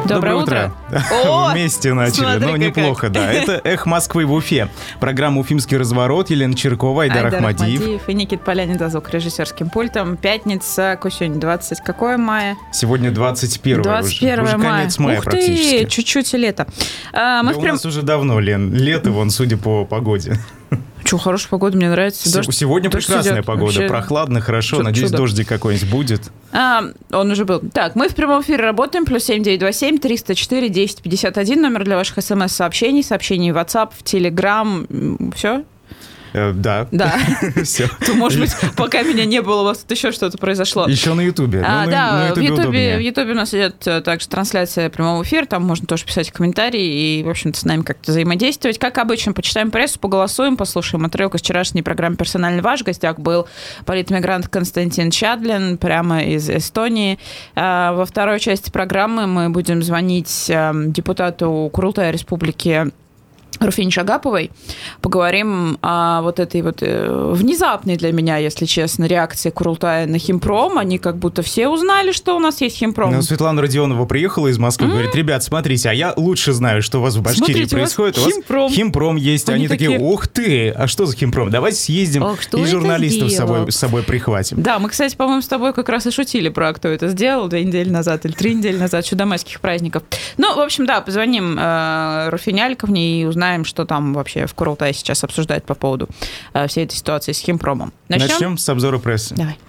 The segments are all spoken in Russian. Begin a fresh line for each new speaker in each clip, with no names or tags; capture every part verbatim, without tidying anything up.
Доброе утро.
О, вместе начали, ну неплохо, да. Это «Эхо Москвы» в Уфе. Программа «Уфимский разворот». Елена Черкова, Айдар,
Айдар
Ахмадиев.
Ахмадиев и Никита Полянин за звукорежиссерским пультом. Пятница, какой сегодня, двадцать какое мая?
Сегодня двадцать первое
двадцать первое
уже. Уже
мая.
конец мая
Ух
практически.
ты, чуть-чуть и лето. А, мы
да
впрям...
у нас уже давно, Лен, лето, вон, судя по погоде.
Что, хорошая погода, мне нравится. Дождь,
Сегодня
дождь
прекрасная
идет.
погода,
Вообще...
прохладно, хорошо.
Чудо,
Надеюсь,
чудо.
дождик какой-нибудь будет.
А, он уже был. Так, мы в прямом эфире работаем. Плюс семь девять два семь триста четыре десять пятьдесят один. Номер для ваших смс-сообщений, сообщений в WhatsApp, в Telegram. Все?
Э, да.
Да.
Все.
То, может быть, пока меня не было, у вас тут еще что-то произошло.
Еще на Ютубе.
А,
ну,
да,
на, на
в
Ютубе
Ютубе, в Ютубе у нас идет также трансляция прямого эфира, там можно тоже писать комментарии и, в общем-то, с нами как-то взаимодействовать. Как обычно, почитаем прессу, поголосуем, послушаем отрывок из вчерашней программы «Персонально ваш». В гостях был политмигрант Константин Чадлин, прямо из Эстонии. Во второй части программы мы будем звонить депутату Курултая Республики Руфине Шагаповой. Поговорим о вот этой вот внезапной для меня, если честно, реакции Курултая на химпром. Они как будто все узнали, что у нас есть химпром.
Ну, Светлана Родионова приехала из Москвы, mm-hmm. говорит: ребят, смотрите, а я лучше знаю, что у вас в Башкирии
смотрите,
происходит.
У вас химпром.
химпром есть. Они, Они такие, такие, ух ты, а что за химпром? Давайте съездим
Ох,
и журналистов с собой, с собой прихватим.
Да, мы, кстати, по-моему, с тобой как раз и шутили про кто это сделал две недели назад или три недели назад, еще до майских праздников. Ну, в общем, да, позвоним э, Руфине Альковне и узнаем, что там вообще в Курултае сейчас обсуждают по поводу э, всей этой ситуации с химпромом. Начнем?
Начнем с обзора прессы.
Давай.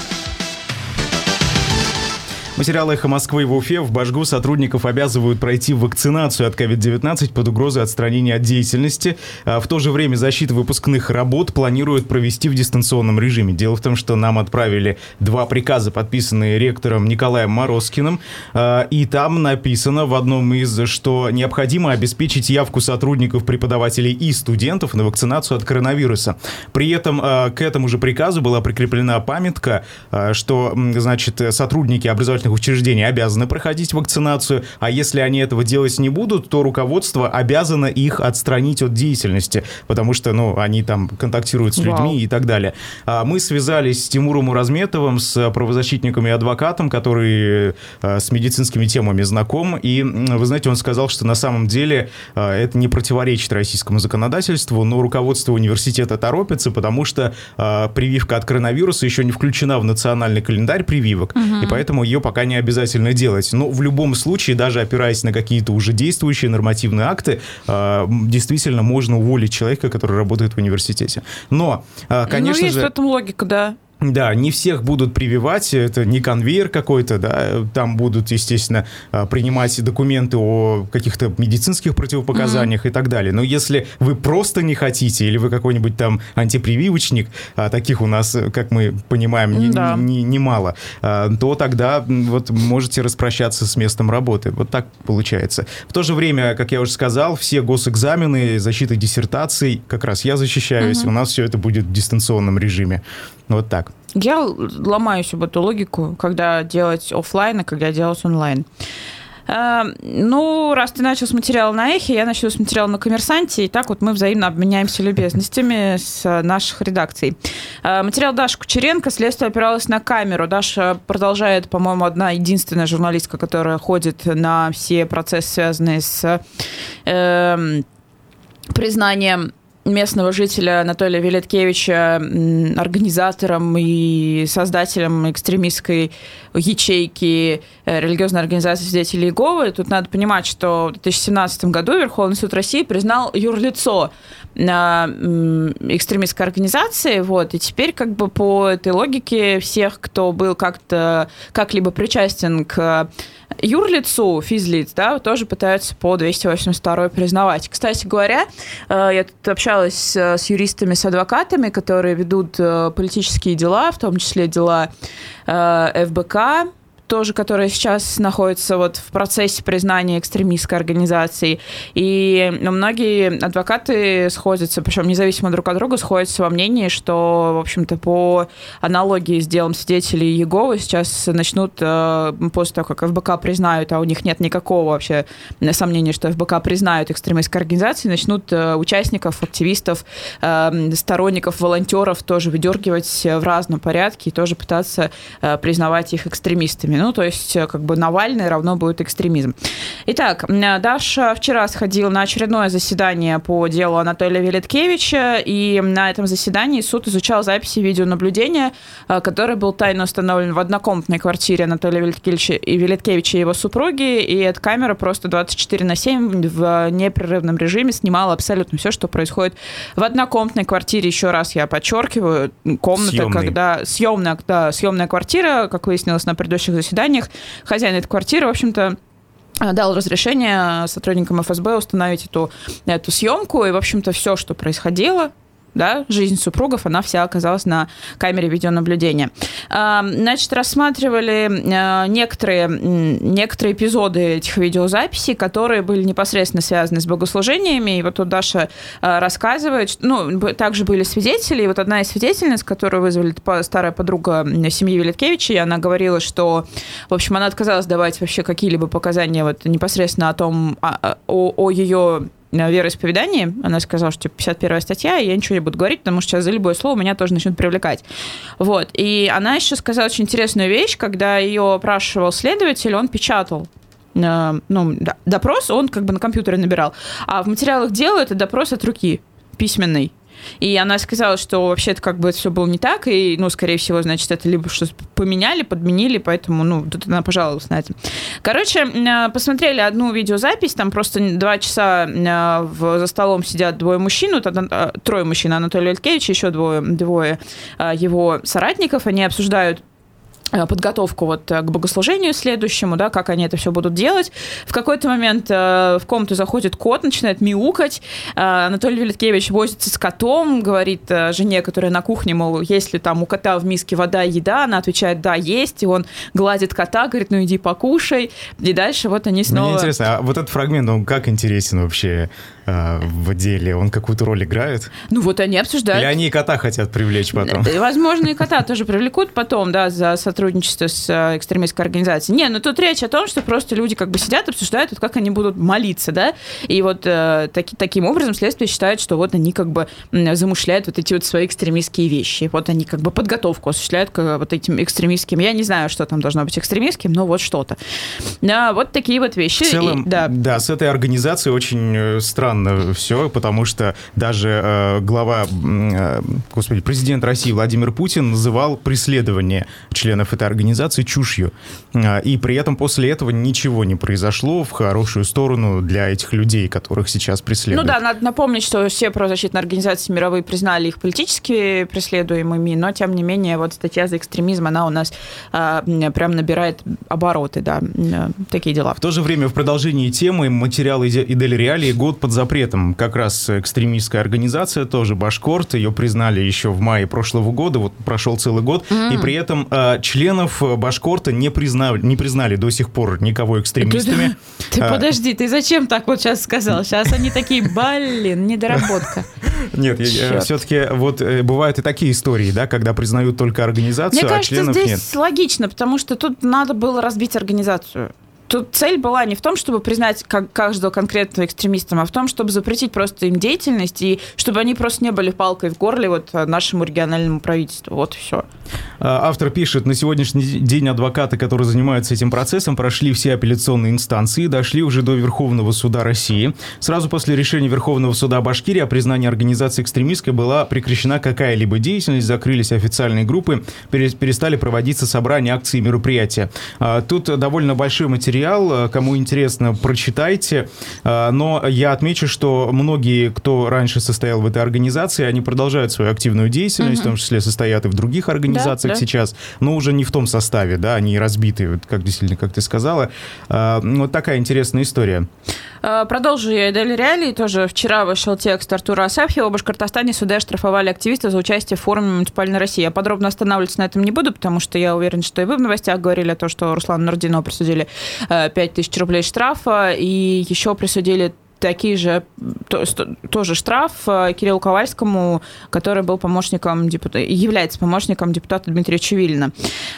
Материалы «Эхо Москвы» в Уфе. В Башгу сотрудников обязывают пройти вакцинацию от ковид девятнадцать под угрозой отстранения от деятельности. В то же время защиту выпускных работ планируют провести в дистанционном режиме. Дело в том, что нам отправили два приказа, подписанные ректором Николаем Морозкиным. И там написано в одном из, что необходимо обеспечить явку сотрудников, преподавателей и студентов на вакцинацию от коронавируса. При этом к этому же приказу была прикреплена памятка, что, значит, сотрудники образовательных учреждения обязаны проходить вакцинацию, а если они этого делать не будут, то руководство обязано их отстранить от деятельности, потому что, ну, они там контактируют с людьми. Вау. И так далее. Мы связались с Тимуром Уразметовым, с правозащитником и адвокатом, который с медицинскими темами знаком, и, вы знаете, он сказал, что на самом деле это не противоречит российскому законодательству, но руководство университета торопится, потому что прививка от коронавируса еще не включена в национальный календарь прививок, угу. и поэтому ее пока не обязательно делать. Но в любом случае, даже опираясь на какие-то уже действующие нормативные акты, действительно можно уволить человека, который работает в университете. Но, конечно
ну, есть
же...
в этом логика, да.
Да, не всех будут прививать, это не конвейер какой-то, да, там будут, естественно, принимать документы о каких-то медицинских противопоказаниях mm-hmm. и так далее. Но если вы просто не хотите, или вы какой-нибудь там антипрививочник, а таких у нас, как мы понимаем, не, да. не, не, немало, то тогда вот можете распрощаться с местом работы. Вот так получается. В то же время, как я уже сказал, все госэкзамены, защита диссертаций, как раз я защищаюсь, mm-hmm. у нас все это будет в дистанционном режиме. Вот так.
Я ломаюсь об эту логику, когда делать офлайн, а когда делать онлайн. Ну, раз ты начал с материала на Эхе, я начну с материала на Коммерсанте, и так вот мы взаимно обменяемся любезностями с наших редакций. Материал Даши Кучеренко. Следствие опиралось на камеру. Даша продолжает, по-моему, одна единственная журналистка, которая ходит на все процессы, связанные с э, признанием местного жителя Анатолия Велеткевича организатором и создателем экстремистской ячейки религиозной организации свидетелей Иеговы. Тут надо понимать, что в две тысячи семнадцатом году Верховный суд России признал юрлицо экстремистской организации, вот, и теперь как бы по этой логике всех, кто был как-то как-либо причастен к юрлицу, физлиц, да, тоже пытаются по двести восемьдесят второй признавать. Кстати говоря, я тут общалась с юристами, с адвокатами, которые ведут политические дела, в том числе дела эф бэ ка, тоже, которая сейчас находится вот в процессе признания экстремистской организации. И многие адвокаты сходятся, причем независимо друг от друга, сходятся во мнении, что, в общем-то, по аналогии с делом свидетелей Иеговы сейчас начнут, после того, как эф бэ ка признают, а у них нет никакого вообще сомнения, что эф бэ ка признают экстремистской организацией, начнут участников, активистов, сторонников, волонтеров тоже выдергивать в разном порядке и тоже пытаться признавать их экстремистами. Ну, то есть, как бы Навальный равно будет экстремизм. Итак, Даша вчера сходила на очередное заседание по делу Анатолия Велиткевича, и на этом заседании суд изучал записи видеонаблюдения, который был тайно установлен в однокомнатной квартире Анатолия Велиткевича и Велиткевича и его супруги, и эта камера просто двадцать четыре на семь в непрерывном режиме снимала абсолютно все, что происходит в однокомнатной квартире. Еще раз я подчеркиваю, комната, съемный. когда съемная, да, съемная квартира, как выяснилось на предыдущих заседаниях, хозяин этой квартиры, в общем-то, дал разрешение сотрудникам эф эс бэ установить эту, эту съемку, и, в общем-то, все, что происходило, да, жизнь супругов, она вся оказалась на камере видеонаблюдения. Значит, рассматривали некоторые, некоторые эпизоды этих видеозаписей, которые были непосредственно связаны с богослужениями. И вот тут Даша рассказывает, что, ну, также были свидетели, и вот одна из свидетельниц, которую вызвали старая подруга семьи Велиткевича, и она говорила, что, в общем, она отказалась давать вообще какие-либо показания вот непосредственно о том, о, о, о ее вероисповедании. Она сказала, что типа пятьдесят первая статья, и я ничего не буду говорить, потому что сейчас за любое слово меня тоже начнут привлекать. Вот. И она еще сказала очень интересную вещь, когда ее опрашивал следователь, он печатал э, ну, да, допрос, он как бы на компьютере набирал. А в материалах дела это допрос от руки, письменный. И она сказала, что вообще-то как бы это все было не так, и, ну, скорее всего, значит, это либо что-то поменяли, подменили, поэтому, ну, тут она пожаловалась на это. Короче, посмотрели одну видеозапись, там просто два часа за столом сидят двое мужчин, трое мужчин, Анатолий Велиткевич, еще двое, двое его соратников, они обсуждают подготовку вот к богослужению следующему, да, как они это все будут делать. В какой-то момент э, в комнату заходит кот, начинает мяукать. Э, Анатолий Велиткевич возится с котом, говорит э, жене, которая на кухне, мол, есть ли там у кота в миске вода и еда. Она отвечает, да, есть. И он гладит кота, говорит, ну иди покушай. И дальше вот они снова...
Мне интересно, а вот этот фрагмент, он как интересен вообще э, в деле? Он какую-то роль играет?
Ну вот они обсуждают.
Или они и кота хотят привлечь потом?
Возможно, и кота тоже привлекут потом, да, за сотрудничество с экстремистской организацией. Не, ну тут речь о том, что просто люди как бы сидят, обсуждают, вот как они будут молиться, да, и вот э, таки, таким образом следствие считает, что вот они как бы замышляют вот эти вот свои экстремистские вещи, вот они как бы подготовку осуществляют к вот этим экстремистским, я не знаю, что там должно быть экстремистским, но вот что-то. Да, вот такие вот вещи.
В целом,
и, да.
да, с этой организацией очень странно все, потому что даже э, глава, э, господи, президент России Владимир Путин называл преследование членов этой организации чушью. И при этом после этого ничего не произошло в хорошую сторону для этих людей, которых сейчас преследуют.
Ну да, надо напомнить, что все правозащитные организации мировые признали их политически преследуемыми, но тем не менее вот статья за экстремизм, она у нас а, прям набирает обороты, да, такие дела.
В то же время в продолжении темы материалы Идель Реалии «Год под запретом». Как раз экстремистская организация, тоже Башкорт, ее признали еще в мае прошлого года, вот прошел целый год, mm-hmm. и при этом а, членов Башкорта не признали, не признали до сих пор никого экстремистами.
Ты, ты а... подожди, ты зачем так вот сейчас сказал? Сейчас они такие, блин, недоработка.
Нет, я, все-таки вот бывают и такие истории, да, когда признают только организацию,
Мне
а
кажется,
членов
здесь
нет.
логично, потому что тут надо было разбить организацию. Тут цель была не в том, чтобы признать как каждого конкретного экстремистом, а в том, чтобы запретить просто им деятельность, и чтобы они просто не были палкой в горле вот нашему региональному правительству. Вот и все.
Автор пишет, на сегодняшний день адвокаты, которые занимаются этим процессом, прошли все апелляционные инстанции, дошли уже до Верховного суда России. Сразу после решения Верховного суда Башкирии о признании организации экстремистской была прекращена какая-либо деятельность, закрылись официальные группы, перестали проводиться собрания, акции, мероприятия. Тут довольно большой материал. Кому интересно, прочитайте. Но я отмечу, что многие, кто раньше состоял в этой организации, они продолжают свою активную деятельность, угу. в том числе состоят и в других организациях да, да. сейчас, но уже не в том составе, да, они разбиты, вот как действительно, как ты сказала. Вот такая интересная история.
Продолжу я Идель Реалии. Тоже вчера вышел текст Артура Асафьева. В Башкортостане суды оштрафовали активиста за участие в форуме «Муниципальной России». Я подробно останавливаться на этом не буду, потому что я уверена, что и вы в новостях говорили о том, что Руслану Нурдинову присудили пять тысяч рублей штрафа, и еще присудили такие же, то, тоже штраф Кириллу Ковальскому, который был помощником депутата, является помощником депутата Дмитрия Чувилина.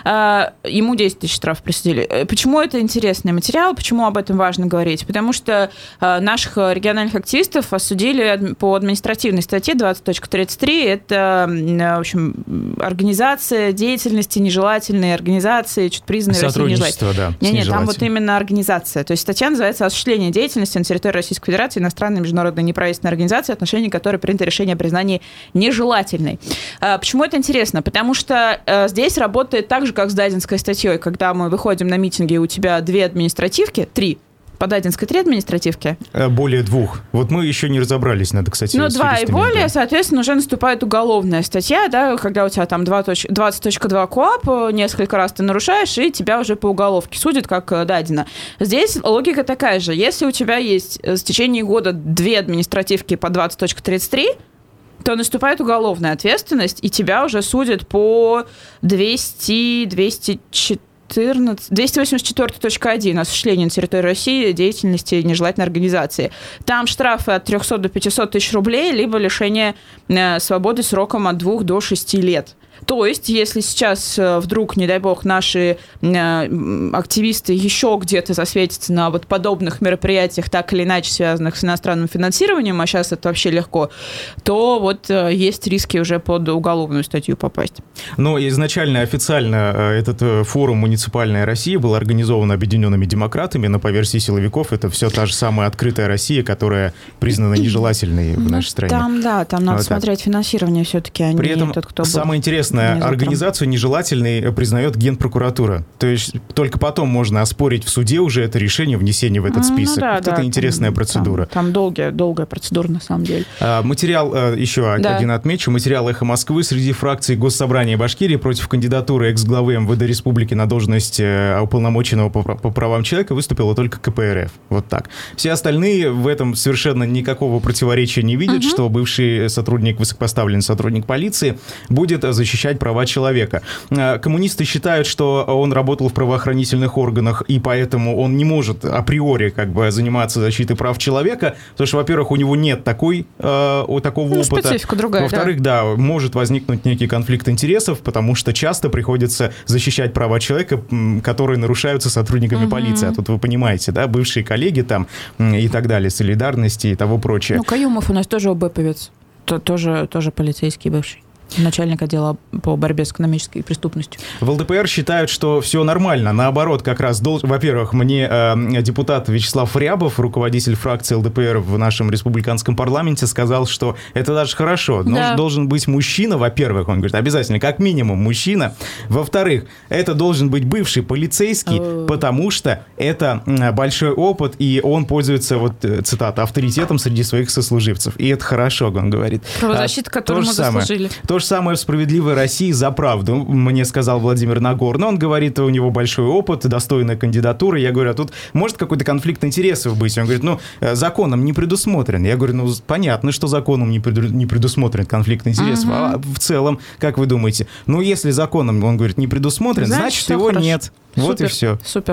Ему десять тысяч штраф присудили. Почему это интересный материал? Почему об этом важно говорить? Потому что наших региональных активистов осудили по административной статье двадцать точка тридцать три. Это, в общем, организация деятельности нежелательной организации, что-то признанной Россией нежелательной.
Да,
нет, нет, там вот именно организация. То есть статья называется «Осуществление деятельности на территории Российской Федерации иностранной международной неправительственной организации, отношении которой принято решение о признании нежелательной». Почему это интересно? Потому что здесь работает так же, как с Дадинской статьей, когда мы выходим на митинги, у тебя две административки, три, по Дадинской три административки?
Более двух. Вот мы еще не разобрались, надо, кстати,
ну, два и более, да. Соответственно, уже наступает уголовная статья, да, когда у тебя там двадцать точка два КоАП, несколько раз ты нарушаешь, и тебя уже по уголовке судят, как Дадина. Здесь логика такая же. Если у тебя есть в течение года две административки по двадцать точка тридцать три, то наступает уголовная ответственность, и тебя уже судят по двести, двести четыре, двести восемьдесят четыре точка один осуществление на территории России деятельности нежелательной организации. Там штрафы от трехсот до пятисот тысяч рублей, либо лишение свободы сроком от двух до шести лет. То есть, если сейчас вдруг, не дай бог, наши активисты еще где-то засветятся на вот подобных мероприятиях, так или иначе связанных с иностранным финансированием, а сейчас это вообще легко, то вот есть риски уже под уголовную статью попасть.
Но изначально официально этот форум «Муниципальная Россия» был организован Объединенными демократами, но по версии силовиков это все та же самая открытая Россия, которая признана нежелательной в нашей стране.
Там, да, там надо вот смотреть так. Финансирование все-таки, а
При
не
этом
тот, кто был.
Самое интересное, организацию нежелательной признает Генпрокуратура. То есть только потом можно оспорить в суде уже это решение внесения в этот список. Ну, да, вот да, это интересная там, процедура.
Там, там долгая, долгая процедура на самом деле.
А, материал, еще
да.
один отмечу, материал «Эхо Москвы» среди фракций Госсобрания Башкирии против кандидатуры экс-главы МВД Республики на должность уполномоченного по, по правам человека выступила только КПРФ. Вот так. Все остальные в этом совершенно никакого противоречия не видят, угу. что бывший сотрудник, высокопоставленный сотрудник полиции будет защищать права человека. Коммунисты считают, что он работал в правоохранительных органах, и поэтому он не может априори как бы заниматься защитой прав человека, потому что, во-первых, у него нет такой, э, такого ну, опыта.
Специфика другая,
Во-вторых, да. да, может возникнуть некий конфликт интересов, потому что часто приходится защищать права человека, которые нарушаются сотрудниками угу. полиции. А тут вы понимаете, да, бывшие коллеги там и так далее, солидарности и того прочее.
Ну, Каюмов у нас тоже ОБЭПовец, тоже, тоже полицейский бывший. Начальник отдела по борьбе с экономической преступностью.
В ЛДПР считают, что все нормально. Наоборот, как раз, долж... во-первых, мне э, депутат Вячеслав Рябов, руководитель фракции ЛДПР в нашем республиканском парламенте, сказал, что это даже хорошо. Да. Должен быть мужчина, во-первых, он говорит, обязательно, как минимум мужчина. Во-вторых, это должен быть бывший полицейский, О. потому что это большой опыт, и он пользуется, вот цитата, авторитетом среди своих сослуживцев. И это хорошо, он говорит.
Правозащита,
а,
которую мы заслужили.
То же самое в «Справедливой России за правду», мне сказал Владимир Нагорный. Он говорит, у него большой опыт, достойная кандидатура. Я говорю, а тут может какой-то конфликт интересов быть? Он говорит, ну, законом не предусмотрен. Я говорю, ну, понятно, что законом не предусмотрен конфликт интересов. Угу. А в целом, как вы думаете? Ну, если законом, он говорит, не предусмотрен, значит, значит его хорошо. Нет. Вот
супер,
и все.
Супер.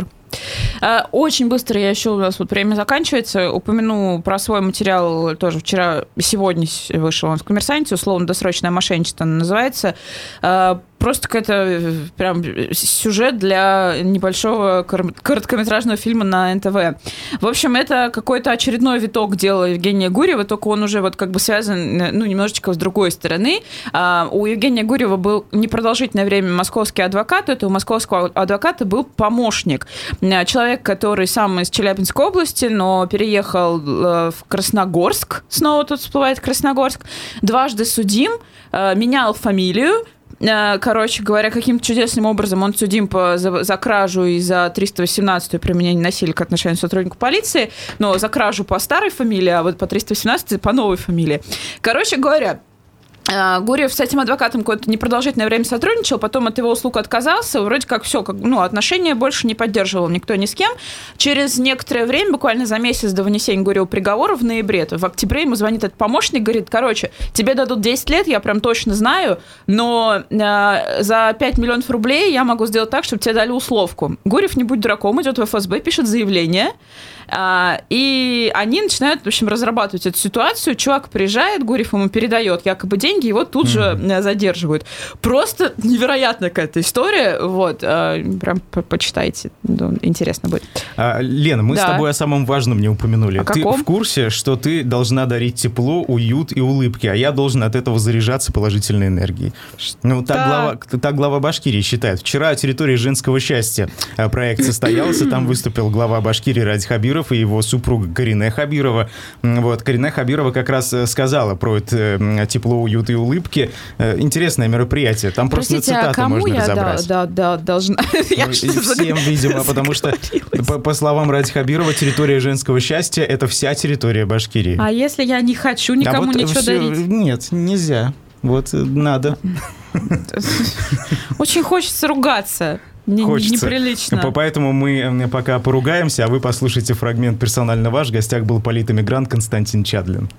Очень быстро, я еще у нас вот время заканчивается, упомяну про свой материал, тоже вчера, сегодня вышел он в «Коммерсанте», условно-досрочное мошенничество называется. Просто какой-то прям сюжет для небольшого короткометражного фильма на эн тэ вэ. В общем, это какой-то очередной виток дела Евгения Гурьева, только он уже вот как бы связан, ну, немножечко с другой стороны. У Евгения Гурьева был непродолжительное время московский адвокат, это у московского адвоката был помощник. Человек, который сам из Челябинской области, но переехал в Красногорск, снова тут всплывает Красногорск, дважды судим, менял фамилию. Короче говоря, каким-то чудесным образом он судим по, за, за кражу и за триста восемнадцатую применение насилия к отношению сотруднику полиции, но за кражу по старой фамилии, а вот по триста восемнадцатой по новой фамилии. Короче говоря, Гурьев с этим адвокатом какое-то непродолжительное время сотрудничал, потом от его услуг отказался, вроде как все, как, ну, отношения больше не поддерживал никто ни с кем. Через некоторое время, буквально за месяц до вынесения Гурьева приговора в ноябре, то в октябре ему звонит этот помощник, говорит, короче, тебе дадут десять лет, я прям точно знаю, но э, за пять миллионов рублей я могу сделать так, чтобы тебе дали условку. Гурьев, не будь дураком, идет в эф эс бэ, пишет заявление, И они начинают, в общем, разрабатывать эту ситуацию. Чувак приезжает, Гурьев ему передает якобы деньги, его тут mm-hmm. же задерживают. Просто невероятная какая-то история. Вот, прям почитайте, интересно будет.
А, Лена, мы да. с тобой о самом важном не упомянули.
О
ты
каком?
В курсе, что ты должна дарить тепло, уют и улыбки, а я должен от этого заряжаться положительной энергией. Ну, так, да. глава, так глава Башкирии считает. Вчера территория женского счастья проект состоялся, там выступил глава Башкирии Ради Хабиров и его супруга Карине Хабирова. Вот, Карине Хабирова как раз сказала про это тепло, уют и улыбки. Интересное мероприятие. Там
Простите,
просто на цитаты
а
можно
я
разобрать.
Да, да, да, должна.
Ну, всем, видимо, потому что, по, по словам Ради Хабирова, территория женского счастья – это вся территория Башкирии.
А если я не хочу никому а вот ничего
все...
дарить?
Нет, нельзя. Вот надо.
Очень хочется ругаться. Не,
Хочется.
Неприлично.
Поэтому мы пока поругаемся, а вы послушайте фрагмент «Персонально ваш». В гостях был политэмигрант Константин Чадлин.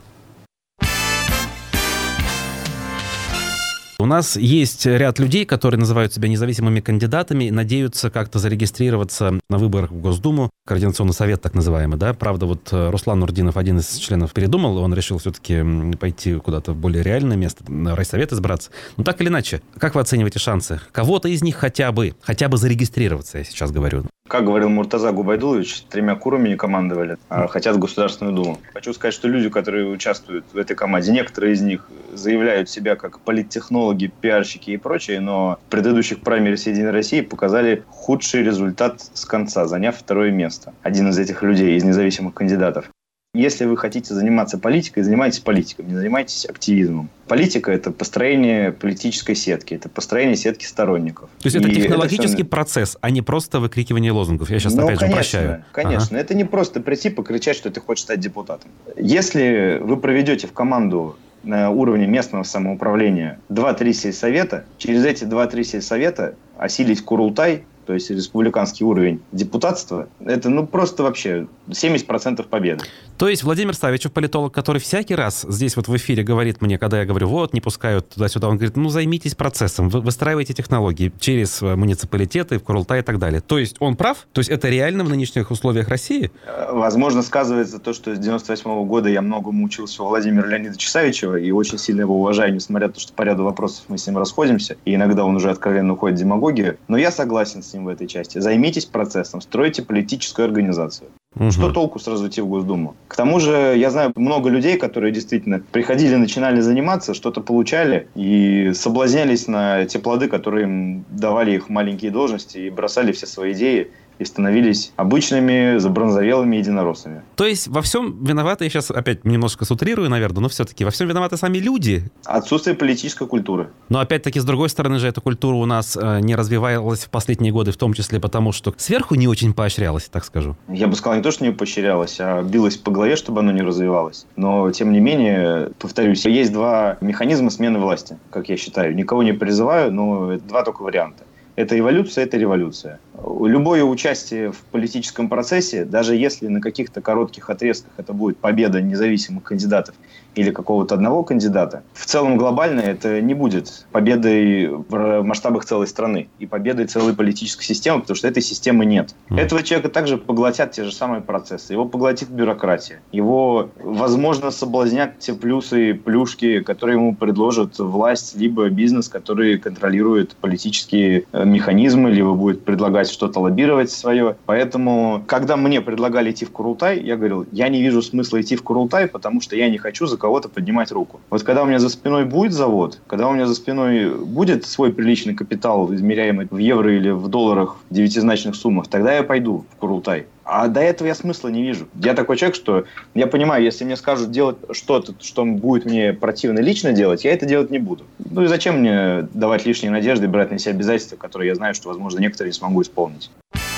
У нас есть ряд людей, которые называют себя независимыми кандидатами и надеются как-то зарегистрироваться на выборах в Госдуму. Координационный совет, так называемый, да. Правда, вот Руслан Нурдинов, один из членов, передумал. Он решил все-таки пойти куда-то в более реальное место, на райсовет избраться. Но так или иначе, как вы оцениваете шансы? Кого-то из них хотя бы, хотя бы зарегистрироваться, я сейчас говорю.
Как говорил Муртаза Губайдулович, тремя курами не командовали, а хотят в Государственную Думу. Хочу сказать, что люди, которые участвуют в этой команде, некоторые из них заявляют себя как политтехнологи, пиарщики и прочее, но в предыдущих праймерис Единой России показали худший результат с конца, заняв второе место. Один из этих людей, из независимых кандидатов. Если вы хотите заниматься политикой, занимайтесь политикой, не занимайтесь активизмом. Политика – это построение политической сетки, это построение сетки сторонников.
То есть это и технологический это... процесс, а не просто выкрикивание лозунгов. Я сейчас ну, опять
конечно,
же упрощаю.
Конечно, ага. Это не просто прийти покричать, что ты хочешь стать депутатом. Если вы проведете в команду на уровне местного самоуправления два-три сельсовета, через эти два-три сельсовета осилить Курултай, то есть республиканский уровень депутатства, это ну просто вообще семьдесят процентов победы.
То есть Владимир Савичев, политолог, который всякий раз здесь вот в эфире говорит мне, когда я говорю, вот, не пускают туда-сюда, он говорит, ну, займитесь процессом, вы выстраивайте технологии через муниципалитеты, в Курултай и так далее. То есть он прав? То есть это реально в нынешних условиях России?
Возможно, сказывается то, что с девяносто восьмого года я многому учился у Владимира Леонидовича Савичева и очень сильно его уважаю, несмотря на то, что по ряду вопросов мы с ним расходимся, и иногда он уже откровенно уходит в демагогию. Но я согласен с ним в этой части. Займитесь процессом, стройте политическую организацию. Угу. Что толку сразу идти в Госдуму? К тому же, я знаю много людей, которые действительно приходили, начинали заниматься, что-то получали и соблазнялись на те плоды, которые им давали их маленькие должности и бросали все свои идеи и становились обычными забронзовелыми единороссами.
То есть во всем виноваты, я сейчас опять немножко сутрирую, наверное, но все-таки во всем виноваты сами люди.
Отсутствие политической культуры.
Но опять-таки, с другой стороны же, эта культура у нас э, не развивалась в последние годы, в том числе потому, что сверху не очень поощрялась, так скажу.
Я бы сказал, не то, что не поощрялась, а билась по голове, чтобы оно не развивалось. Но, тем не менее, повторюсь, есть два механизма смены власти, как я считаю. Никого не призываю, но два только варианта. Это эволюция, это революция. Любое участие в политическом процессе, даже если на каких-то коротких отрезках это будет победа независимых кандидатов или какого-то одного кандидата, в целом глобально это не будет победой в масштабах целой страны и победой целой политической системы, потому что этой системы нет. Mm. Этого человека также поглотят те же самые процессы. Его поглотит бюрократия. Его, возможно, соблазнят те плюсы и плюшки, которые ему предложат власть, либо бизнес, который контролирует политические механизмы, либо будет предлагать что-то лоббировать свое. Поэтому, когда мне предлагали идти в Курултай, я говорил, я не вижу смысла идти в Курултай, потому что я не хочу за кого-то поднимать руку. Вот когда у меня за спиной будет завод, когда у меня за спиной будет свой приличный капитал, измеряемый в евро или в долларах в девятизначных суммах, тогда я пойду в Курултай. А до этого я смысла не вижу. Я такой человек, что я понимаю, если мне скажут делать что-то, что будет мне противно лично делать, я это делать не буду. Ну и зачем мне давать лишние надежды и брать на себя обязательства, которые я знаю, что, возможно, некоторые не смогу исполнить.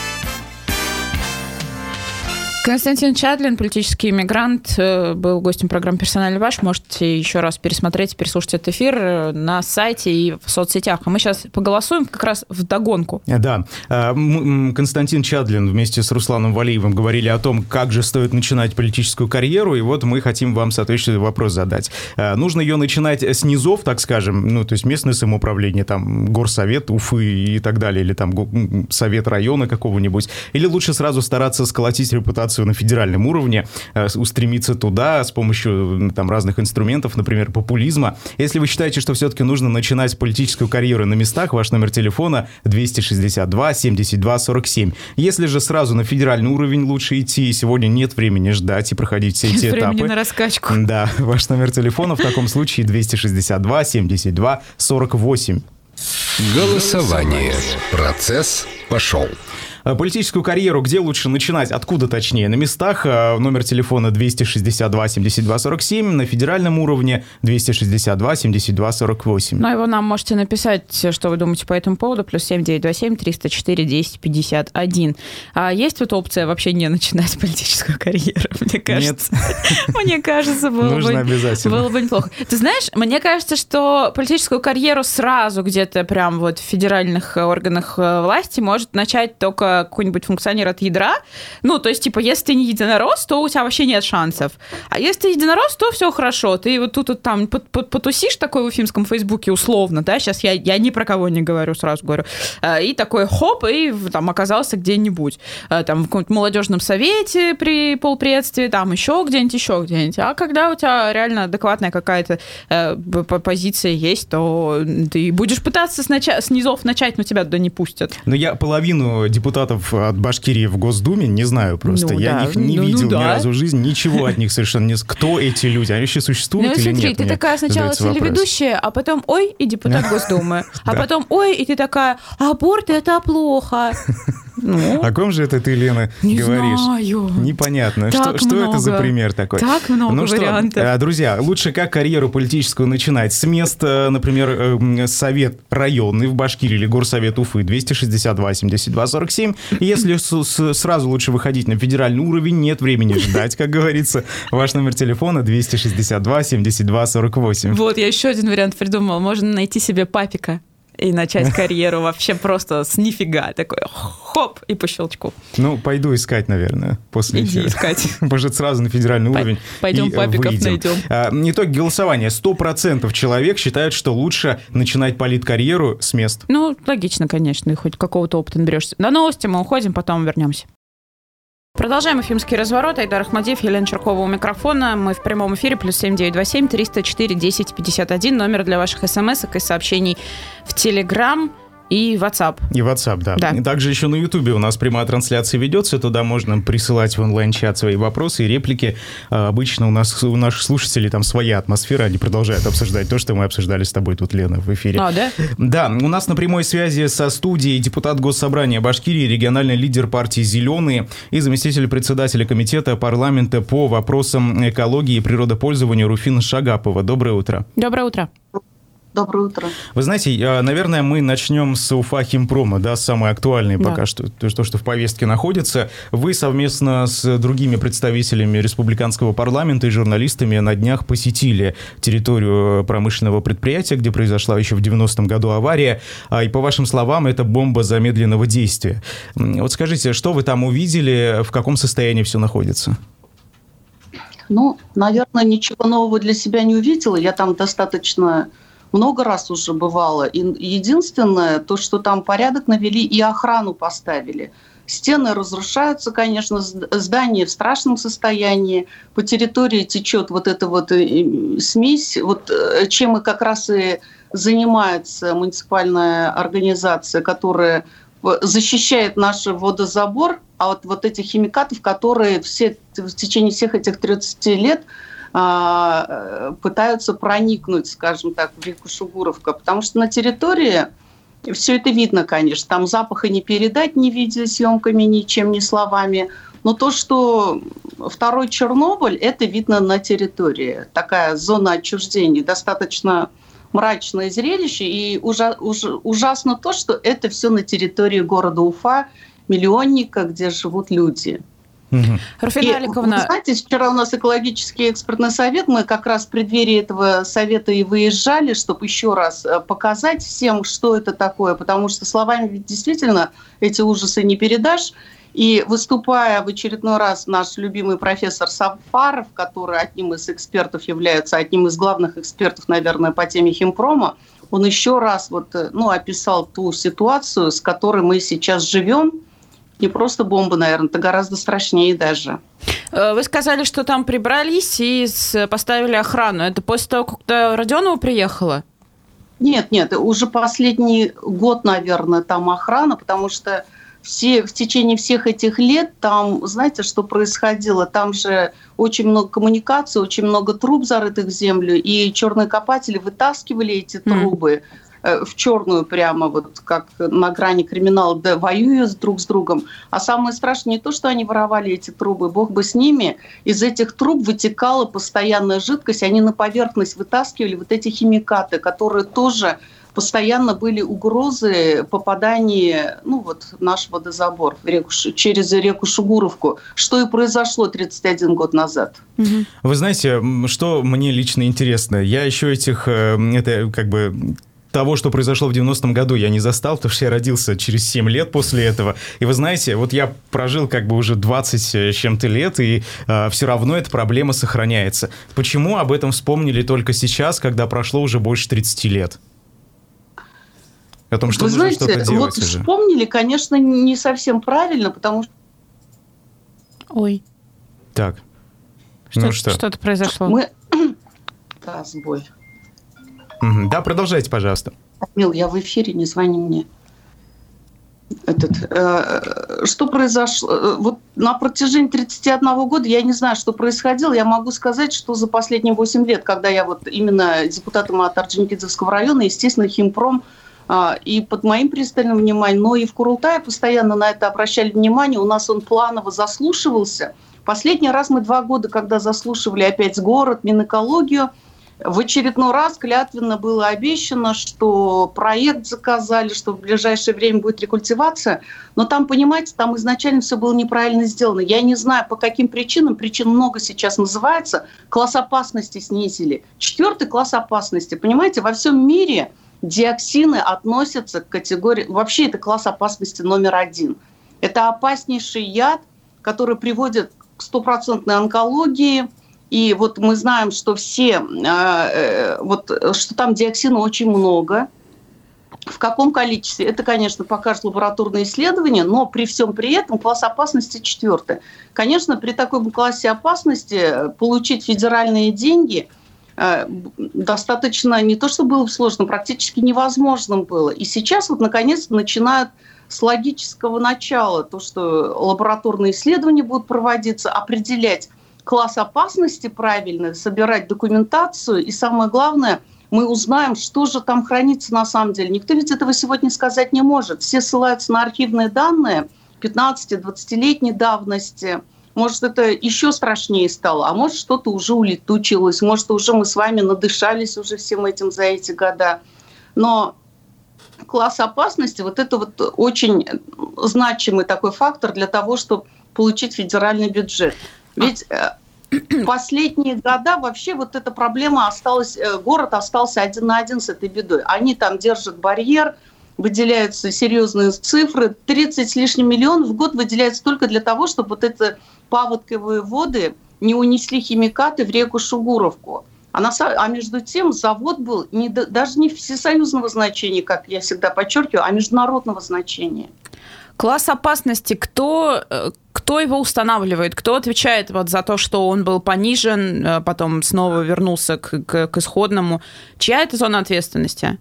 Константин Чадлин, политический иммигрант, был гостем программы «Персонально ваш». Можете еще раз пересмотреть, переслушать этот эфир на сайте и в соцсетях. А мы сейчас поголосуем как раз вдогонку.
Да. Константин Чадлин вместе с Русланом Валиевым говорили о том, как же стоит начинать политическую карьеру, и вот мы хотим вам соответствующий вопрос задать. Нужно ее начинать с низов, так скажем, ну, то есть местное самоуправление, там, горсовет Уфы и так далее, или там совет района какого-нибудь, или лучше сразу стараться сколотить репутацию ситуацию на федеральном уровне, устремиться туда с помощью там разных инструментов, например, популизма. Если вы считаете, что все-таки нужно начинать политическую карьеру на местах, ваш номер телефона двести шестьдесят два семьдесят два сорок семь. Если же сразу на федеральный уровень лучше идти, сегодня нет времени ждать и проходить все эти этапы.
Времени на раскачку.
Да, ваш номер телефона в таком случае двести шестьдесят два семьдесят два сорок восемь.
Голосование. Процесс пошел.
Политическую карьеру где лучше начинать? Откуда, точнее? На местах. Номер телефона двести шестьдесят два семьдесят два сорок семь. На федеральном уровне двести шестьдесят два семьдесят два сорок восемь.
Ну, его нам можете написать, что вы думаете по этому поводу. Плюс семь девятьсот двадцать семь триста четыре десять пятьдесят один. А есть вот опция вообще не начинать политическую карьеру? Мне кажется. Нет. Мне кажется, было бы...
Нужно обязательно.
Было бы неплохо. Ты знаешь, мне кажется, что политическую карьеру сразу где-то прям вот в федеральных органах власти может начать только какой-нибудь функционер от ядра. Ну, то есть, типа, если ты не единорос, то у тебя вообще нет шансов. А если ты единорос, то все хорошо. Ты вот тут вот там потусишь такой в уфимском фейсбуке условно, да, сейчас я, я ни про кого не говорю, сразу говорю. И такой хоп, и там оказался где-нибудь. Там в каком-то молодежном совете при полпредстве, там еще где-нибудь, еще где-нибудь. А когда у тебя реально адекватная какая-то э, позиция есть, то ты будешь пытаться с, нача- с низов начать, но тебя туда не пустят.
Но я половину депутатов от Башкирии в Госдуме не знаю просто.
Ну,
я
да.
их не
ну,
видел
ну,
ни
да.
разу в жизни, ничего от них совершенно не... Кто эти люди? Они вообще существуют
ну,
или
смотри,
нет?
ты
Мне
такая сначала телеведущая, а потом ой, и депутат Госдумы. А потом ой, и ты такая, аборт — это плохо. Ну,
о ком же это ты, Лена,
не
говоришь?
Знаю.
Непонятно.
Так
Что, что
много.
это за пример такой?
Так много
ну,
вариантов.
Что, друзья, лучше как карьеру политическую начинать? С места, например, совет районный в Башкирии или горсовет Уфы двести шестьдесят два семьдесят два сорок семь. Если с- с- сразу лучше выходить на федеральный уровень, нет времени ждать, как говорится. Ваш номер телефона двести шестьдесят два семьдесят два сорок восемь.
Вот, я еще один вариант придумала. Можно найти себе папика и начать карьеру вообще просто с нифига. Такой хоп, и по щелчку.
Ну, пойду искать, наверное, после
Иди
эфира.
искать.
Может, сразу на федеральный уровень.
Пойдем
и
папиков
выйдем.
найдем.
А, итоги голосования. сто процентов человек считают, что лучше начинать политкарьеру с мест.
Ну, логично, конечно, и хоть какого-то опыта наберешься. На новости мы уходим, потом вернемся. Продолжаем «Уфимский разворот». Айдар Ахмадиев, Елена Черкова у микрофона. Мы в прямом эфире. Плюс семь девятьсот двадцать семь триста четыре десять пятьдесят один. Номер для ваших смс-ок и сообщений в Телеграм и WhatsApp.
И WhatsApp, да.
Да.
И также еще на Ютубе у нас прямая трансляция ведется. Туда можно присылать в онлайн-чат свои вопросы и реплики. А, обычно у нас у наших слушателей там своя атмосфера. Они продолжают обсуждать то, что мы обсуждали с тобой тут, Лена, в эфире.
А, да?
Да, у нас на прямой связи со студией депутат Госсобрания Башкирии, региональный лидер партии «Зеленые» и заместитель председателя комитета парламента по вопросам экологии и природопользования Руфина Шагапова. Доброе утро.
Доброе утро.
Доброе утро.
Вы знаете, наверное, мы начнем с Уфа-Химпрома, да, самой актуальной
Да.
пока что, то, что в повестке находится. Вы совместно с другими представителями республиканского парламента и журналистами на днях посетили территорию промышленного предприятия, где произошла еще в девяностом году авария. И, по вашим словам, это бомба замедленного действия. Вот скажите, что вы там увидели, в каком состоянии все находится?
Ну, наверное, ничего нового для себя не увидела. Я там достаточно много раз уже бывала. И единственное, то, что там порядок навели и охрану поставили. Стены разрушаются, конечно, здание в страшном состоянии. По территории течет вот эта вот смесь. Вот чем и как раз и занимается муниципальная организация, которая защищает наш водозабор, а вот, вот этих химикатов, которые все, в течение всех этих тридцати лет а, пытаются проникнуть, скажем так, в реку Шугуровка. Потому что на территории все это видно, конечно. Там запаха не передать ни видеосъемками, ничем, ни словами. Но то, что второй Чернобыль, это видно на территории. Такая зона отчуждения, достаточно мрачное зрелище. И ужа- уж- ужасно то, что это все на территории города Уфа, миллионника, где живут люди.
Угу.
Руфина Аликовна...
Вы знаете, вчера у нас экологический экспертный совет, мы как раз в преддверии этого совета и выезжали, чтобы еще раз показать всем, что это такое, потому что словами ведь действительно эти ужасы не передашь. И выступая в очередной раз наш любимый профессор Сафаров, который одним из экспертов является, одним из главных экспертов, наверное, по теме химпрома, он еще раз вот, ну, описал ту ситуацию, с которой мы сейчас живем. не просто бомба, наверное, это гораздо страшнее даже.
Вы сказали, что там прибрались и поставили охрану. Это после того, когда Родионова приехала?
Нет, нет, уже последний год, наверное, там охрана, потому что все, в течение всех этих лет там, знаете, что происходило? Там же очень много коммуникаций, очень много труб, зарытых в землю, и черные копатели вытаскивали эти трубы mm. в черную прямо, вот как на грани криминала, да, воюя друг с другом. А самое страшное не то, что они воровали эти трубы, бог бы с ними, из этих труб вытекала постоянная жидкость, они на поверхность вытаскивали вот эти химикаты, которые тоже... Постоянно были угрозы попадания, ну вот, в наш водозабор в реку, через реку Шугуровку, что и произошло тридцать один год назад.
Вы знаете, что мне лично интересно? Я еще этих, это как бы... Того, что произошло в девяностом году, я не застал, потому что я родился через семь лет после этого. И вы знаете, вот я прожил как бы уже двадцать с чем-то лет, и э, все равно эта проблема сохраняется. Почему об этом вспомнили только сейчас, когда прошло уже больше тридцати лет? О том, что
Вы
нужно
знаете,
что-то делать
вот
уже.
Вспомнили, конечно, не совсем правильно, потому что...
Ой.
Так.
Что,
ну что?
Что-то произошло.
Мы... Да, сбой.
Да, продолжайте, пожалуйста.
Мил, я в эфире, не звони мне. Этот, э, что произошло? Вот на протяжении тридцати одного года я не знаю, что происходило. Я могу сказать, что за последние восемь лет, когда я вот именно депутатом от Орджоникидзевского района, естественно, Химпром э, и под моим пристальным вниманием, но и в Курултае постоянно на это обращали внимание. У нас он планово заслушивался. Последний раз мы два года, когда заслушивали опять город, Минэкологию, в очередной раз клятвенно было обещано, что проект заказали, что в ближайшее время будет рекультивация. Но там, понимаете, там изначально все было неправильно сделано. Я не знаю, по каким причинам. Причин много сейчас называется. Класс опасности снизили. Четвертый класс опасности. Понимаете, во всем мире диоксины относятся к категории... Вообще это класс опасности номер один. Это опаснейший яд, который приводит к стопроцентной онкологии. И вот мы знаем, что все, э, вот, что там диоксина очень много. В каком количестве? Это, конечно, покажет лабораторные исследования, но при всем при этом класс опасности четвертый. Конечно, при таком классе опасности получить федеральные деньги э, достаточно, не то что было сложно, практически невозможно было. И сейчас вот наконец-то начинают с логического начала, то, что лабораторные исследования будут проводиться, определять класс опасности правильно, собирать документацию, и самое главное, мы узнаем, что же там хранится на самом деле. Никто ведь этого сегодня сказать не может. Все ссылаются на архивные данные пятнадцати-двадцатилетней давности. Может, это еще страшнее стало, а может, что-то уже улетучилось, может, уже мы с вами надышались уже всем этим за эти года. Но класс опасности, вот это вот очень значимый такой фактор для того, чтобы получить федеральный бюджет. Ведь последние года вообще вот эта проблема осталась, город остался один на один с этой бедой. Они там держат барьер, выделяются серьезные цифры, тридцать с лишним миллионов в год выделяется только для того, чтобы вот эти паводковые воды не унесли химикаты в реку Шугуровку. А, на, а между тем завод был не, даже не всесоюзного значения, как я всегда подчеркиваю, а международного значения.
Класс опасности, кто, кто его устанавливает? Кто отвечает вот за то, что он был понижен, потом снова вернулся к, к, к исходному? Чья это зона ответственности?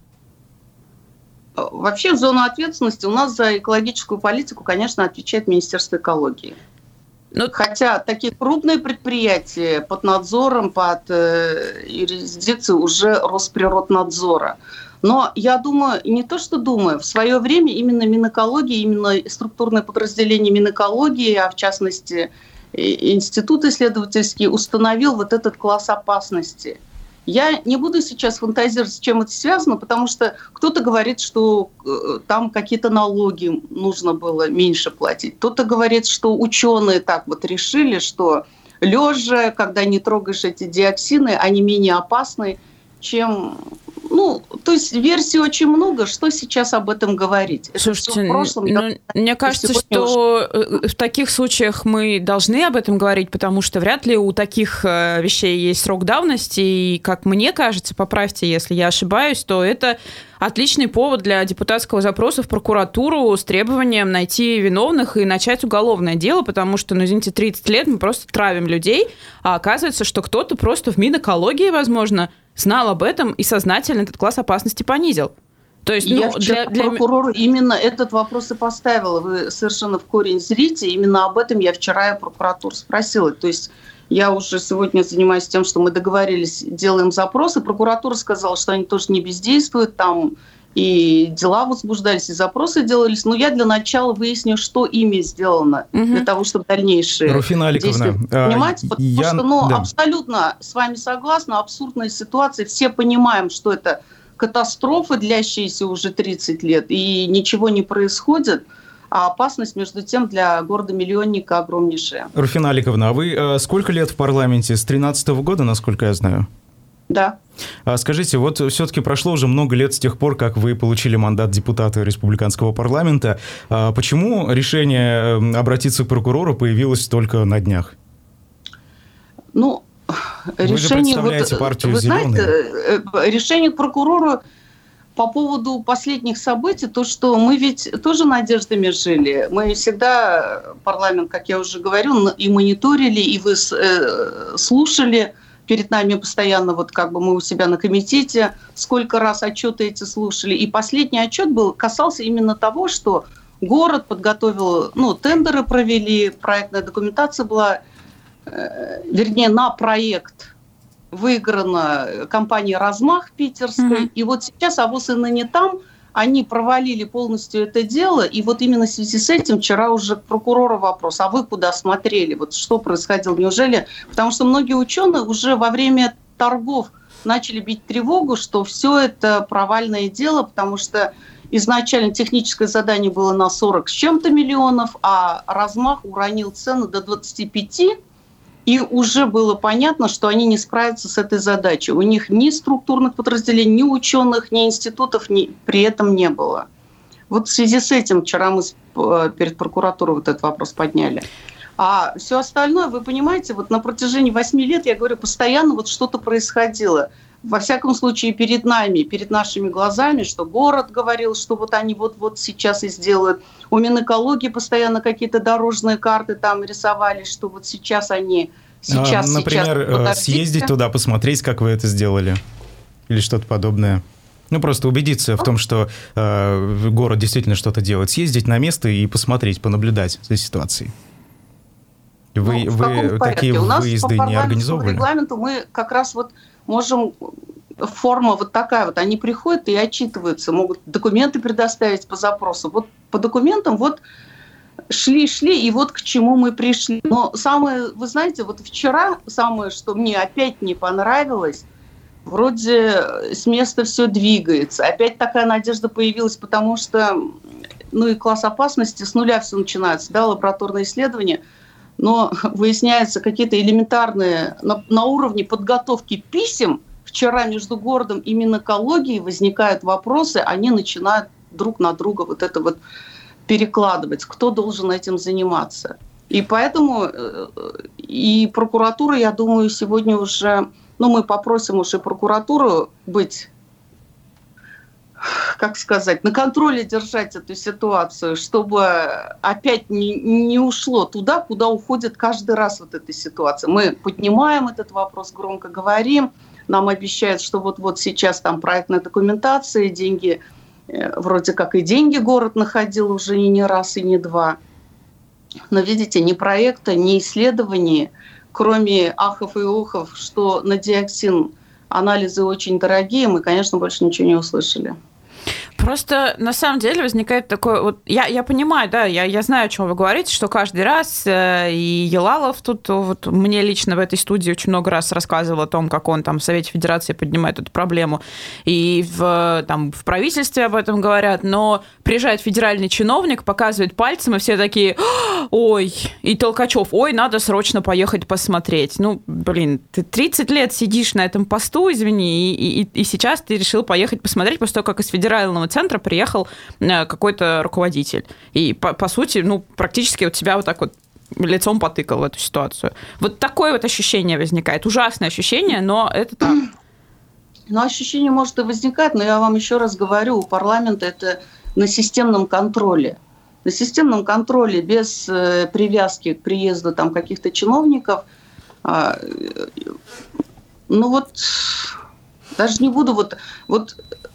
Вообще зона ответственности у нас за экологическую политику, конечно, отвечает Министерство экологии. Ну, хотя такие крупные предприятия под надзором, под э, юрисдикцией уже Росприроднадзора. Но я думаю, не то что думаю, в свое время именно Минэкология, именно структурное подразделение Минэкологии, а в частности Институт исследовательский, установил вот этот класс опасности. Я не буду сейчас фантазировать, с чем это связано, потому что кто-то говорит, что там какие-то налоги нужно было меньше платить. Кто-то говорит, что ученые так вот решили, что лежа, когда не трогаешь эти диоксины, они менее опасны, чем... Ну, Ну, то есть версий очень много, что сейчас об этом говорить?
Слушайте, в прошлом, ну, да, мне кажется, что уже... в таких случаях мы должны об этом говорить, потому что вряд ли у таких вещей есть срок давности, и, как мне кажется, поправьте, если я ошибаюсь, то это отличный повод для депутатского запроса в прокуратуру с требованием найти виновных и начать уголовное дело, потому что, ну, извините, тридцать лет мы просто травим людей, а оказывается, что кто-то просто в Минэкологии, возможно, знал об этом и сознательно этот класс опасности понизил. То есть,
я
ну,
вчера
для, для...
прокурору именно этот вопрос и поставила. Вы совершенно в корень зрите. Именно об этом я вчера и прокуратуру спросила. То есть я уже сегодня занимаюсь тем, что мы договорились, делаем запросы. Прокуратура сказала, что они тоже не бездействуют. Там и дела возбуждались, и запросы делались. Но я для начала выясню, что ими сделано, угу. для того, чтобы дальнейшие
Руфина
действия понимать.
А,
потому
я...
что, ну,
да.
абсолютно с вами согласна, абсурдная ситуация. Все понимаем, что это катастрофа, длящаяся уже тридцать лет, и ничего не происходит. А опасность, между тем, для города-миллионника огромнейшая.
Руфина Аликовна, а вы э, сколько лет в парламенте? С тринадцатого года, насколько я знаю?
Да.
А скажите, вот все-таки прошло уже много лет с тех пор, как вы получили мандат депутата республиканского парламента. А почему решение обратиться к прокурору появилось только на днях?
Ну,
вы
решение...
же представляете
вот,
партию
вы
«Зеленые».
Знаете, решение прокурора по поводу последних событий, то, что мы ведь тоже надеждами жили. Мы всегда парламент, как я уже говорю, и мониторили, и вы слушали перед нами постоянно, вот как бы мы у себя на комитете, сколько раз отчеты эти слушали. И последний отчет был, касался именно того, что город подготовил, ну, тендеры провели, проектная документация была, э, вернее, на проект выиграна компания «Размах» питерская. Mm-hmm. И вот сейчас «Авос и ныне там», они провалили полностью это дело. И вот именно в связи с этим вчера уже к прокурору вопрос. А вы куда смотрели? Вот что происходило? Неужели? Потому что многие ученые уже во время торгов начали бить тревогу, что все это провальное дело, потому что изначально техническое задание было на сорок с чем-то миллионов, а «Размах» уронил цену до двадцати пяти. И уже было понятно, что они не справятся с этой задачей. У них ни структурных подразделений, ни ученых, ни институтов ни, при этом не было. Вот в связи с этим вчера мы перед прокуратурой вот этот вопрос подняли. А все остальное, вы понимаете, вот на протяжении восьми лет, я говорю, постоянно вот что-то происходило. Во всяком случае, перед нами, перед нашими глазами, что город говорил, что вот они вот-вот сейчас и сделают. У Минэкологии постоянно какие-то дорожные карты там рисовали, что вот сейчас они... Сейчас,
а, например,
сейчас,
съездить туда, посмотреть, как вы это сделали? Или что-то подобное? Ну, просто убедиться в том, что э, город действительно что-то делает. Съездить на место и посмотреть, понаблюдать за ситуацией. Вы,
ну,
вы такие
У нас
выезды
по
не организовывали?
По регламенту мы как раз вот можем... Форма вот такая вот. Они приходят и отчитываются, могут документы предоставить по запросу. Вот по документам вот шли-шли, и вот к чему мы пришли. Но самое, вы знаете, вот вчера самое, что мне опять не понравилось, вроде с места все двигается. Опять такая надежда появилась, потому что, ну и класс опасности, с нуля все начинается, да, лабораторные исследования, но выясняются какие-то элементарные, на, на уровне подготовки писем, вчера между городом и Минэкологией возникают вопросы, они начинают друг на друга вот это вот перекладывать, кто должен этим заниматься. И поэтому и прокуратура, я думаю, сегодня уже, ну, мы попросим уже прокуратуру быть, как сказать, на контроле держать эту ситуацию, чтобы опять не, не ушло туда, куда уходит каждый раз вот эта ситуация. Мы поднимаем этот вопрос, громко говорим, нам обещают, что вот-вот сейчас там проектная документация, деньги, вроде как и деньги город находил уже и не раз, и не два. Но видите, ни проекта, ни исследований, кроме ахов и охов, что на диоксин анализы очень дорогие, мы, конечно, больше ничего не услышали.
Просто на самом деле возникает такой... Вот, я, я понимаю, да, я, я знаю, о чем вы говорите, что каждый раз э, и Елалов тут вот, мне лично в этой студии очень много раз рассказывал о том, как он там в Совете Федерации поднимает эту проблему, и в, там, в правительстве об этом говорят, но приезжает федеральный чиновник, показывает пальцем, и все такие, ой, и Толкачев, ой, надо срочно поехать посмотреть. Ну, блин, ты тридцать лет сидишь на этом посту, извини, и, и, и сейчас ты решил поехать посмотреть после того, как из федерального центра приехал какой-то руководитель. И, по, по сути, ну, практически вот тебя вот так вот лицом потыкал в эту ситуацию. Вот такое вот ощущение возникает. Ужасное ощущение, но это так.
Ну, ощущение, может, и возникает, но я вам еще раз говорю, у парламента это на системном контроле. На системном контроле без э, привязки к приезду там каких-то чиновников. Э, ну вот, даже не буду вот... вот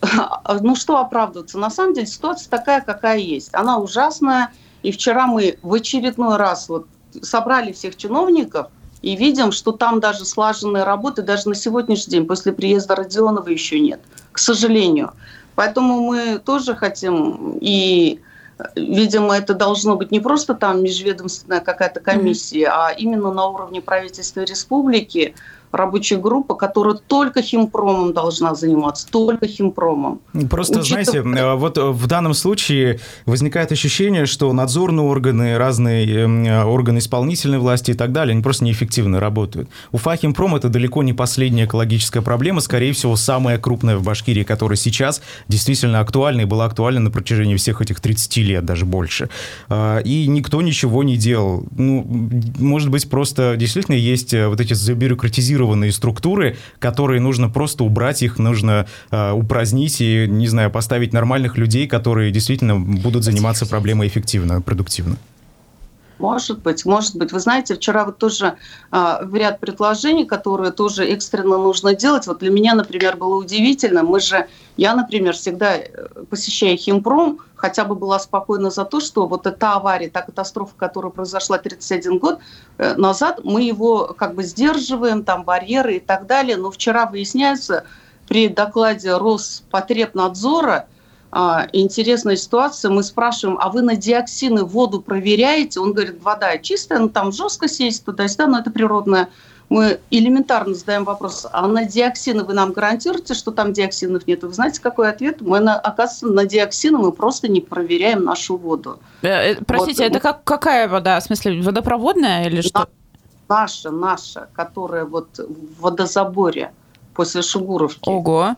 ну что оправдываться? На самом деле ситуация такая, какая есть. Она ужасная. И вчера мы в очередной раз вот собрали всех чиновников и видим, что там даже слаженной работы даже на сегодняшний день после приезда Родионова еще нет, к сожалению. Поэтому мы тоже хотим, и, видимо, это должно быть не просто там межведомственная какая-то комиссия, mm-hmm. а именно на уровне правительства республики, рабочая группа, которая только химпромом должна заниматься, только химпромом.
Просто, Учитывая... знаете, вот в данном случае возникает ощущение, что надзорные органы, разные органы исполнительной власти и так далее, они просто неэффективно работают. Уфа-Химпром – это далеко не последняя экологическая проблема, скорее всего, самая крупная в Башкирии, которая сейчас действительно актуальна и была актуальна на протяжении всех этих тридцати лет, даже больше. И никто ничего не делал. Ну, может быть, просто действительно есть вот эти забюрократизированные структуры, которые нужно просто убрать, их нужно э, упразднить и, не знаю, поставить нормальных людей, которые действительно будут заниматься проблемой эффективно, продуктивно.
Может быть, может быть. Вы знаете, вчера вот тоже э, в ряд предложений, которые тоже экстренно нужно делать. Вот для меня, например, было удивительно. Мы же, я, например, всегда посещая Химпром, хотя бы была спокойна за то, что вот эта авария, та катастрофа, которая произошла тридцать один год э, назад, мы его как бы сдерживаем, там барьеры и так далее. Но вчера выясняется при докладе Роспотребнадзора, интересная ситуация. Мы спрашиваем, а вы на диоксины воду проверяете? Он говорит, вода чистая, но там жесткость есть туда-сюда, но это природная. Мы элементарно задаем вопрос, а на диоксины вы нам гарантируете, что там диоксинов нет? Вы знаете, какой ответ? Мы, на, оказывается, на диоксины мы просто не проверяем нашу воду.
Э, простите, вот. Это как, какая вода? В смысле, водопроводная или что?
Наша, наша, которая вот в водозаборе после Шугуровки.
Ого!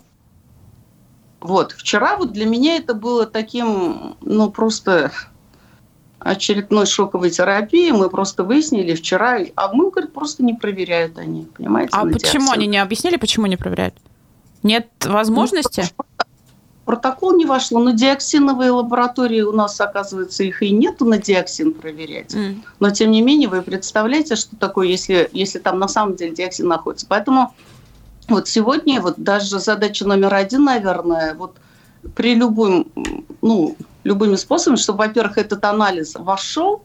Вот, вчера вот для меня это было таким, ну, просто очередной шоковой терапией. Мы просто выяснили вчера, а мы, говорит, просто не проверяют они, понимаете?
А почему диоксин. Они не объяснили, почему не проверяют? Нет возможности?
Ну, протокол не вошло, но диоксиновые лаборатории у нас, оказывается, их и нету на диоксин проверять. Mm. Но, тем не менее, вы представляете, что такое, если, если там на самом деле диоксин находится. Поэтому... Вот сегодня вот даже задача номер один, наверное, вот при любым, ну, любыми способами, чтобы, во-первых, этот анализ вошел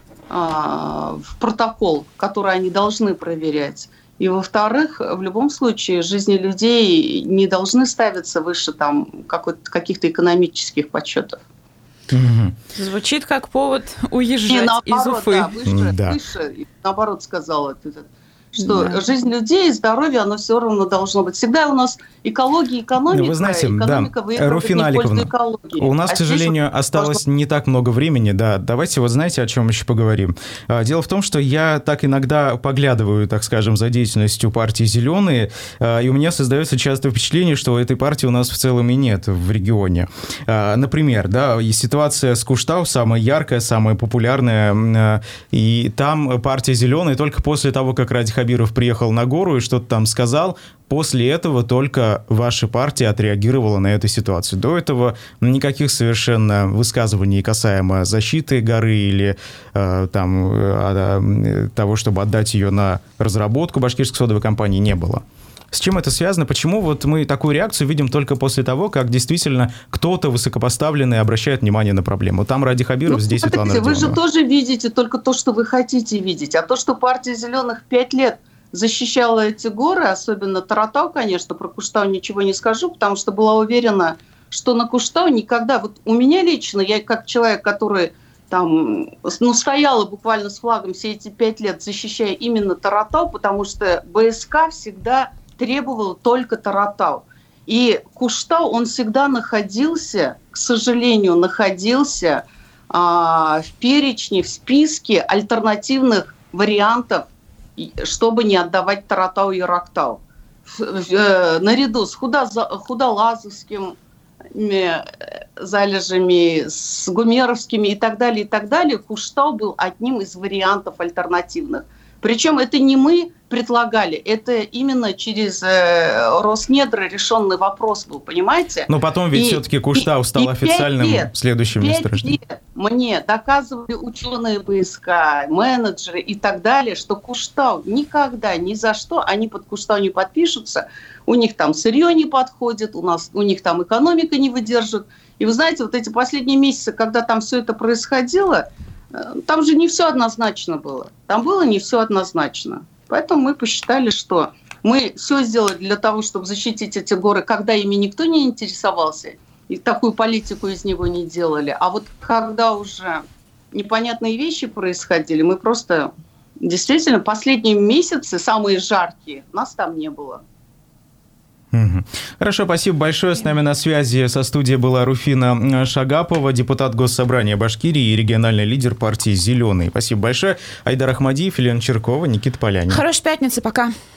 а, в протокол, который они должны проверять, и, во-вторых, в любом случае жизни людей не должны ставиться выше там каких-то экономических подсчетов.
Угу.
Звучит как повод уезжать
и наоборот,
из Уфы.
Да, выше,
да.
выше, наоборот сказала этот. Что
да.
жизнь людей и здоровье, оно все равно должно быть. Всегда у нас экология, экономика,
Вы знаете,
экономика
да.
выигрывает
Руфина
не в пользу
Аликовна,
экологии.
у нас,
а
к сожалению, вот осталось должно... не так много времени. Да, давайте вот знаете, о чем еще поговорим. Дело в том, что я так иногда поглядываю, так скажем, за деятельностью партии «Зеленые», и у меня создается часто впечатление, что этой партии у нас в целом и нет в регионе. Например, да, ситуация с Куштау самая яркая, самая популярная, и там партия «Зеленые» только после того, как Ради Хабиров приехал на гору и что-то там сказал, после этого только ваша партия отреагировала на эту ситуацию. До этого никаких совершенно высказываний касаемо защиты горы или э, там, э, того, чтобы отдать ее на разработку башкирской содовой компании, не было. С чем это связано? Почему вот мы такую реакцию видим только после того, как действительно кто-то высокопоставленный обращает внимание на проблему? Там Ради Хабиров, ну, здесь Светлана Родионова.
Вы же тоже видите только то, что вы хотите видеть. А то, что партия «Зеленых» пять лет защищала эти горы, особенно Таратау, конечно, про Куштау ничего не скажу, потому что была уверена, что на Куштау никогда... Вот у меня лично, я как человек, который там, ну, стояла буквально с флагом все эти пять лет, защищая именно Таратау, потому что БСК всегда требовала только Таратау. И Куштау, он всегда находился, к сожалению, находился а, в перечне, в списке альтернативных вариантов, чтобы не отдавать Таратау и Ярактау. Наряду с Худолазовским залежами, с Гумеровскими и так далее, и так далее, Куштау был одним из вариантов альтернативных. Причем это не мы предлагали, это именно через э, Роснедр решенный вопрос был, понимаете?
Но потом ведь
и,
все-таки Куштау стал и официальным лет, следующим месторождением.
Лет мне доказывали ученые БСК, менеджеры и так далее, что Куштау никогда, ни за что, они под Куштау не подпишутся, у них там сырье не подходит, у, нас, у них там экономика не выдержит. И вы знаете, вот эти последние месяцы, когда там все это происходило, там же не все однозначно было. Там было не все однозначно. Поэтому мы посчитали, что мы все сделали для того, чтобы защитить эти горы, когда ими никто не интересовался, и такую политику из него не делали. А вот когда уже непонятные вещи происходили, мы просто... Действительно, последние месяцы, самые жаркие, нас там не было.
Хорошо, спасибо большое. С нами на связи со студией была Руфина Шагапова, депутат Госсобрания Башкирии и региональный лидер партии «Зеленые». Спасибо большое. Айдар Ахмадиев, Елена Черкова, Никита Полянин.
Хорошей пятницы, пока.